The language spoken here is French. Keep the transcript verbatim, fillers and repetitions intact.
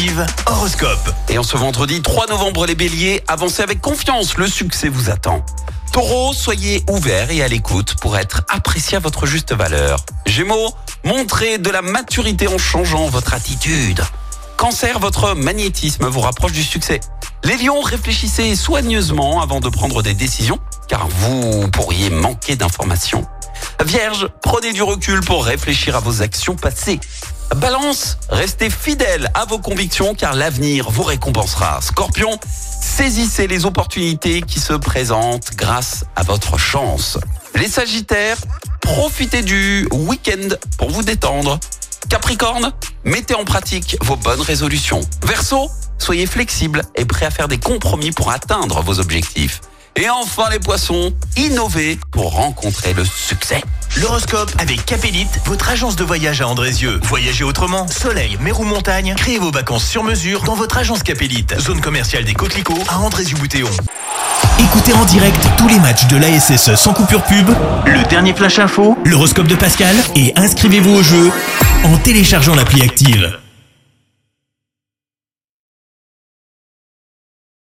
Active, horoscope. Et en ce vendredi trois novembre, les béliers, avancez avec confiance, le succès vous attend. Taureau, soyez ouverts et à l'écoute pour être apprécié à votre juste valeur. Gémeaux, montrez de la maturité en changeant votre attitude. Cancer, votre magnétisme vous rapproche du succès. Les lions, réfléchissez soigneusement avant de prendre des décisions, car vous pourriez manquer d'informations. Vierge, prenez du recul pour réfléchir à vos actions passées. Balance, restez fidèle à vos convictions car l'avenir vous récompensera. Scorpion, saisissez les opportunités qui se présentent grâce à votre chance. Les Sagittaires, profitez du week-end pour vous détendre. Capricorne, mettez en pratique vos bonnes résolutions. Verseau, soyez flexible et prêt à faire des compromis pour atteindre vos objectifs. Et enfin les poissons, innovez pour rencontrer le succès. L'horoscope avec Capélite, votre agence de voyage à Andrézieux. Voyagez autrement, soleil, mer ou montagne, créez vos vacances sur mesure dans votre agence Capélite. Zone commerciale des Coquelicots à Andrézieux-Boutéon. Écoutez en direct tous les matchs de l'A S S E sans coupure pub, le dernier flash info, l'horoscope de Pascal et inscrivez-vous au jeu en téléchargeant l'appli Active.